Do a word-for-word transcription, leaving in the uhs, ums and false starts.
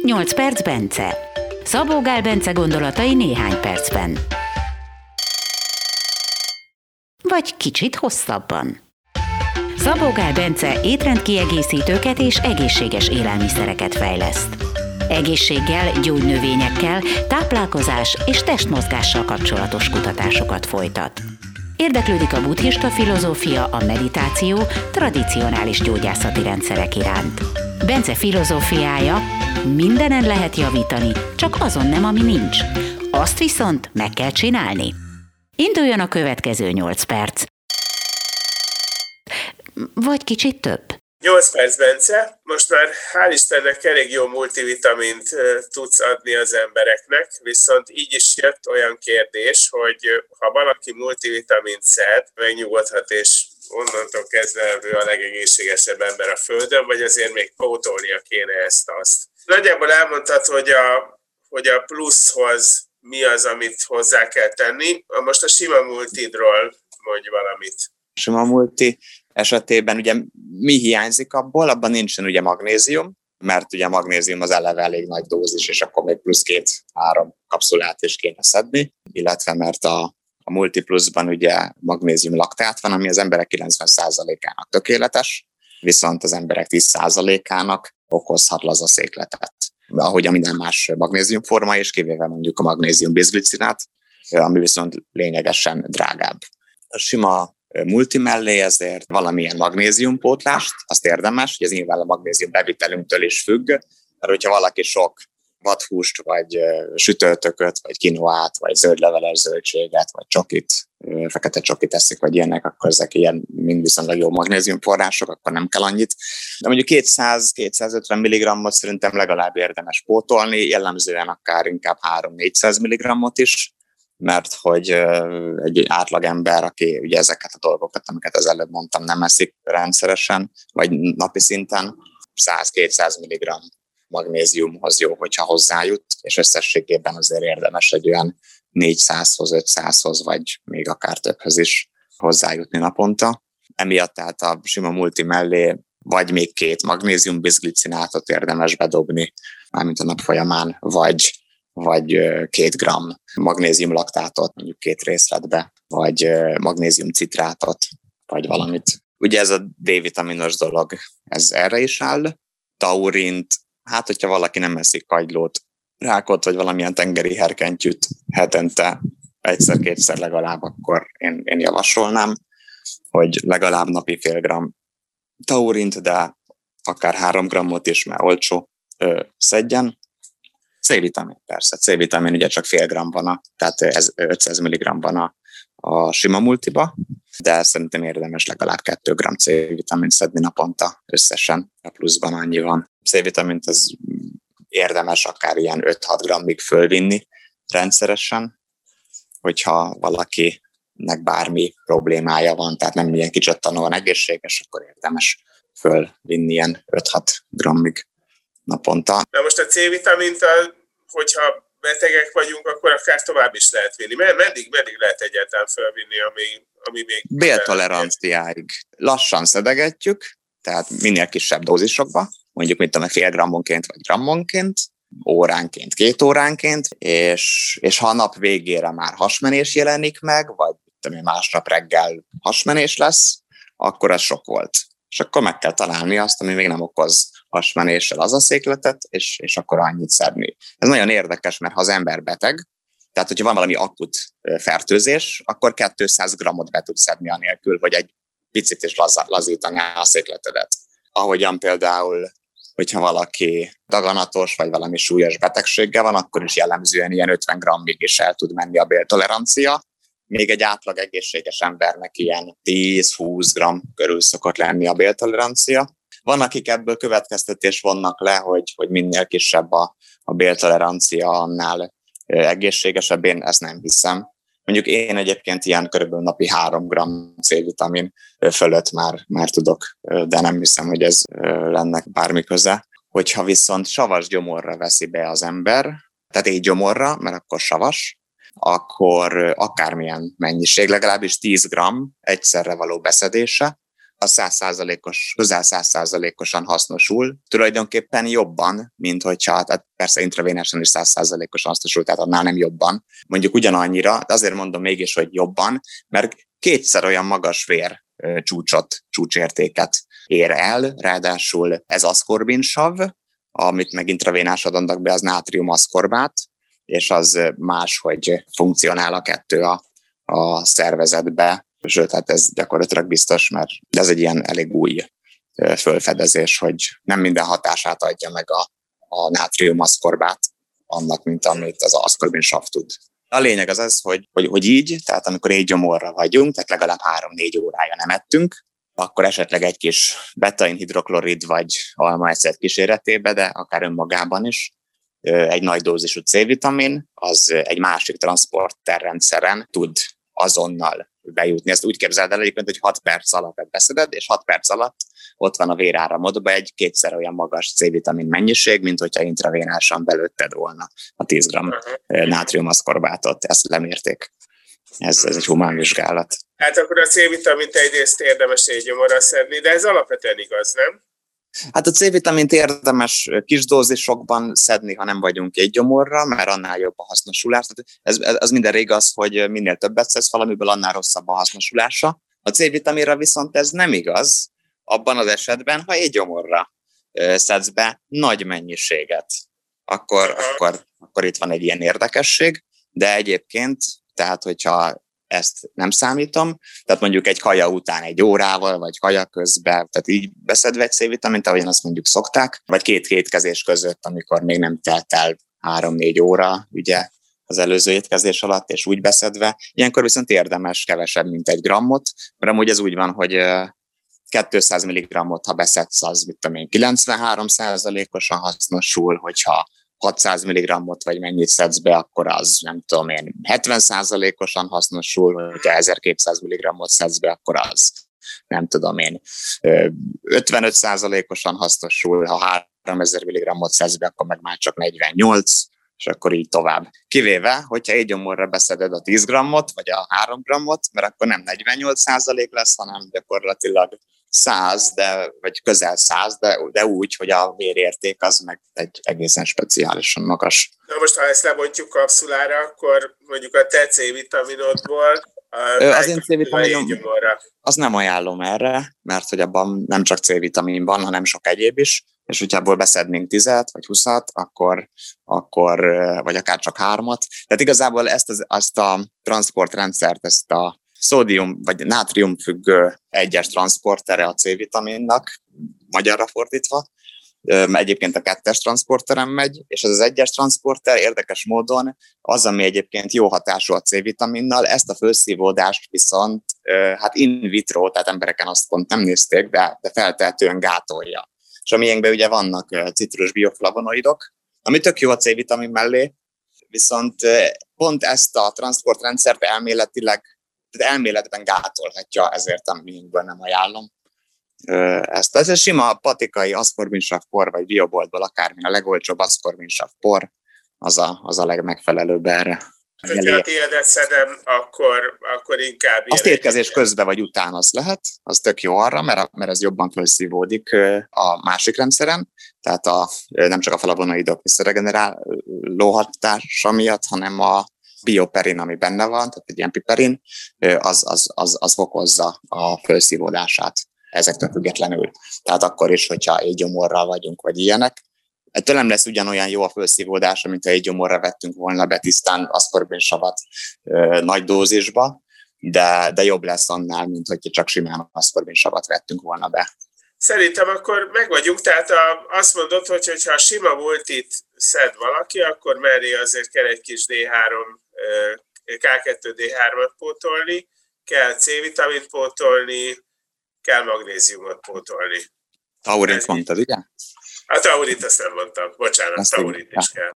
nyolc perc Bence. Szabó Gál Bence gondolatai néhány percben. Vagy kicsit hosszabban. Szabó Gál Bence étrendkiegészítőket és egészséges élelmiszereket fejleszt. Egészséggel, gyógynövényekkel, táplálkozás és testmozgással kapcsolatos kutatásokat folytat. Érdeklődik a buddhista filozófia, a meditáció, tradicionális gyógyászati rendszerek iránt. Bence filozófiája: mindenen lehet javítani, csak azon nem, ami nincs. Azt viszont meg kell csinálni. Induljon a következő nyolc perc. Vagy kicsit több. nyolc perc, Bence. Most már hál' Istennek elég jó multivitamint tudsz adni az embereknek, viszont így is jött olyan kérdés, hogy ha valaki multivitamint szed, megnyugodhat, és onnantól kezdve ő a legegészségesebb ember a Földön, vagy azért még pótolnia kéne ezt-azt. Nagyjából elmondtad, hogy a, hogy a pluszhoz mi az, amit hozzá kell tenni. Most a sima multidról mondj valamit. Sima multi esetében ugye mi hiányzik abból? Abban nincsen ugye magnézium, mert ugye a magnézium az eleve elég nagy dózis, és akkor még plusz két-három kapszulát is kéne szedni, illetve mert a, a multi pluszban ugye magnézium laktát van, ami az emberek kilencven százalékának tökéletes, viszont az emberek tíz százalékának okozhat lazaszékletet. Ahogy a minden más magnéziumforma is, kivéve mondjuk a magnézium bizglicinát, ami viszont lényegesen drágább. A sima multi mellé ezért valamilyen magnéziumpótlást, azt érdemes, hogy ez nyilván a magnézium bevitelünktől is függ, mert hogyha valaki sok vadhúst, vagy sütőtököt, vagy kinoát, vagy zöldleveles zöldséget, vagy csokit, fekete csokit eszik, vagy ilyenek, akkor ezek ilyen mind viszonylag jó magnéziumforrások, akkor nem kell annyit. De mondjuk kétszáz-kétszázötven milligrammot szerintem legalább érdemes pótolni, jellemzően akár inkább háromszáz-négyszáz milligrammot is, mert hogy egy átlagember, aki ugye ezeket a dolgokat, amiket az előbb mondtam, nem eszik rendszeresen, vagy napi szinten, száz-kétszáz milligramm magnéziumhoz jó, hogyha hozzájut, és összességében azért érdemes egy olyan négyszázhoz, ötszázhoz, vagy még akár többhöz is hozzájutni naponta. Emiatt tehát a sima multi mellé vagy még két magnézium bizglicinátot érdemes bedobni, mármint a nap folyamán, vagy vagy két gramm magnézium laktátot, mondjuk két részletbe, vagy magnézium citrátot, vagy valamit. Ugye ez a D-vitaminos dolog, ez erre is áll. Taurint, hát hogyha valaki nem eszik kagylót, rákot, vagy valamilyen tengeri herkentyűt hetente egyszer-kétszer legalább, akkor én, én javasolnám, hogy legalább napi fél gramm taurint, de akár három grammot is, mert olcsó, ö, szedjen. C-vitamin, persze. C-vitamin ugye csak fél gramm van, a, tehát ez ötszáz milligramm van a, a sima multiba, de szerintem érdemes legalább kettő gramm C-vitamint szedni naponta összesen, a pluszban annyi van. C-vitamint ez érdemes akár ilyen öt-hat grammig fölvinni rendszeresen, hogyha valakinek bármi problémája van, tehát nem ilyen kicsattanóan egészséges, akkor érdemes fölvinni ilyen öt-hat grammig naponta. Na most a C-vitamint, hogyha betegek vagyunk, akkor akár tovább is lehet vinni. Meddig, meddig lehet egyáltalán felvinni, ami, ami még... Béltoleranciáig. Lassan szedegetjük, tehát minél kisebb dózisokba, mondjuk mit tudom, fél grammonként vagy grammonként, óránként, két óránként, és, és ha a nap végére már hasmenés jelenik meg, vagy tudom, másnap reggel hasmenés lesz, akkor ez sok volt. És akkor meg kell találni azt, ami még nem okoz hasmenéssel az a székletet, és, és akkor annyit szedni. Ez nagyon érdekes, mert ha az ember beteg, tehát hogyha van valami akut fertőzés, akkor kétszáz grammot be tud szedni anélkül, hogy egy picit is laz, lazítaná a székletedet. Ahogyan például, hogyha valaki daganatos, vagy valami súlyos betegséggel van, akkor is jellemzően ilyen ötven grammig is el tud menni a béltolerancia. Még egy átlag egészséges embernek ilyen tíz-húsz gramm körül szokott lenni a béltolerancia. Van, akik ebből következtetés vonnak le, hogy, hogy minél kisebb a, a béltolerancia, annál egészségesebb. Én ezt nem hiszem. Mondjuk én egyébként ilyen körülbelül napi három gramm C-vitamin fölött már, már tudok, de nem hiszem, hogy ez lenne bármi köze. Hogyha viszont savas gyomorra veszi be az ember, tehát így gyomorra, mert akkor savas, akkor akármilyen mennyiség, legalábbis tíz gramm egyszerre való beszedése, a száz százalékos, közel száz százalékosan hasznosul, tulajdonképpen jobban, mint hogyha, tehát persze intravénásan is száz százalékosan hasznosul, tehát annál nem jobban, mondjuk ugyanannyira, de azért mondom mégis, hogy jobban, mert kétszer olyan magas vér csúcsot, csúcsértéket ér el, ráadásul ez aszkorbinsav, amit meg intravénásan adnak be, az nátrium-aszkorbát, és az máshogy funkcionál a kettő a, a szervezetbe, sőt, hát ez gyakorlatilag biztos, mert ez egy ilyen elég új fölfedezés, hogy nem minden hatását adja meg a, a nátrium-aszkorbát annak, mint amit az aszkorbinsav tud. A lényeg az az, hogy, hogy, hogy így, tehát amikor étgyomorra vagyunk, tehát legalább három-négy órája nem ettünk, akkor esetleg egy kis betainhidroklorid vagy almaecet kíséretébe, de akár önmagában is, egy nagy dózisú C-vitamin, az egy másik transzporterrendszeren tud azonnal bejutni. Ezt úgy képzeld el egyébként, hogy hat perc alatt beszeded, és hat perc alatt ott van a véráramodban egy kétszer olyan magas C-vitamin mennyiség, mint hogyha intravénásan belőtted volna a tíz gramm nátrium-aszkorbátot. Ezt lemérték. Ez, ez egy humán vizsgálat. Hát akkor a C-vitamint egyrészt érdemes étgyomorra szedni, de ez alapvetően igaz, nem? Hát a C-vitamint érdemes kis dózisokban szedni, ha nem vagyunk étgyomorra, mert annál jobb a hasznosulás. Ez, ez minden igaz, hogy minél többet szedsz valamiből, annál rosszabb a hasznosulása. A C-vitaminra viszont ez nem igaz, abban az esetben, ha étgyomorra szedsz be nagy mennyiséget, akkor, akkor, akkor itt van egy ilyen érdekesség, de egyébként, tehát hogyha ezt nem számítom, tehát mondjuk egy kaja után egy órával, vagy kaja közben, tehát így beszedve egy C-vitamint, ahogyan azt mondjuk szokták, vagy két étkezés között, amikor még nem telt el három-négy óra, ugye, az előző étkezés alatt, és úgy beszedve. Ilyenkor viszont érdemes kevesebb, mint egy grammot, mert amúgy ez úgy van, hogy kétszáz milligrammot, ha beszedsz, az mit tudom én, kilencvenhárom százalékosan hasznosul, hogyha hatszáz milligrammot vagy mennyit szedsz be, akkor az nem tudom én hetven százalékosan hasznosul, hogyha ezerkétszáz milligrammot szedsz be, akkor az nem tudom én ötvenöt százalékosan hasznosul, ha háromezer milligrammot szedsz be, akkor meg már csak negyvennyolc, és akkor így tovább. Kivéve, hogyha étgyomorra beszeded a tíz grammot, vagy a három grammot, mert akkor nem negyvennyolc százalék lesz, hanem gyakorlatilag száz, de, vagy közel száz, de, de úgy, hogy a vérérték az meg egy egészen speciálisan magas. Na most, ha ezt lebontjuk kapszulára, akkor mondjuk a te C-vitaminodból az én C-vitaminom, az nem ajánlom erre, mert hogy abban nem csak C-vitamin van, hanem sok egyéb is, és hogyha abból beszednénk tízet, vagy huszat, akkor, akkor, vagy akár csak hármat. Tehát igazából ezt, az, azt a transzportrendszert, ezt a szódium vagy nátrium függő egyes transzportere a C-vitaminnak, magyarra fordítva, egyébként a kettes transzporteren megy, és ez az egyes transzporter érdekes módon az, ami egyébként jó hatású a C-vitaminnal, ezt a fölszívódást viszont hát in vitro, tehát embereken azt pont nem nézték, de, de feltehetően gátolja. És a miénkben ugye vannak citrus bioflavonoidok, ami tök jó a C-vitamin mellé, viszont pont ezt a transzportrendszert elméletileg, tehát elméletben gátolhatja, ezért a miénkből nem ajánlom. Ezt. Ez egy sima patikai aszkorbinsav por, vagy bioboltból akármi, a legolcsóbb aszkorbinsav por, az a, az a legmegfelelőbb erre. Ha a tiédet szedem, akkor, akkor inkább... Azt étkezés közben vagy után az lehet, az tök jó arra, mert, mert ez jobban felszívódik a másik rendszeren, tehát a, nem csak a flavonoidok visszaregeneráló hatása miatt, hanem a bioperin, ami benne van, tehát egy ilyen piperin, az, az, az, az fokozza a felszívódását ezektől függetlenül. Tehát akkor is, hogyha étgyomorral vagyunk, vagy ilyenek. Ettől nem lesz ugyanolyan jó a felszívódása, mint ha étgyomorra vettünk volna be tisztán aszkorbinsavat nagy dózisba, de, de jobb lesz annál, mint hogyha csak simán aszkorbinsavat vettünk volna be. Szerintem akkor meg vagyunk, tehát a, azt mondod, hogy ha a sima multit szed valaki, akkor mellé azért kell egy kis dé három, ká kettő dé hármat pótolni, kell C-vitamint pótolni, kell magnéziumot pótolni. Taurint mondtad, ugye? A taurit azt nem mondtam, bocsánat, azt taurit is kell.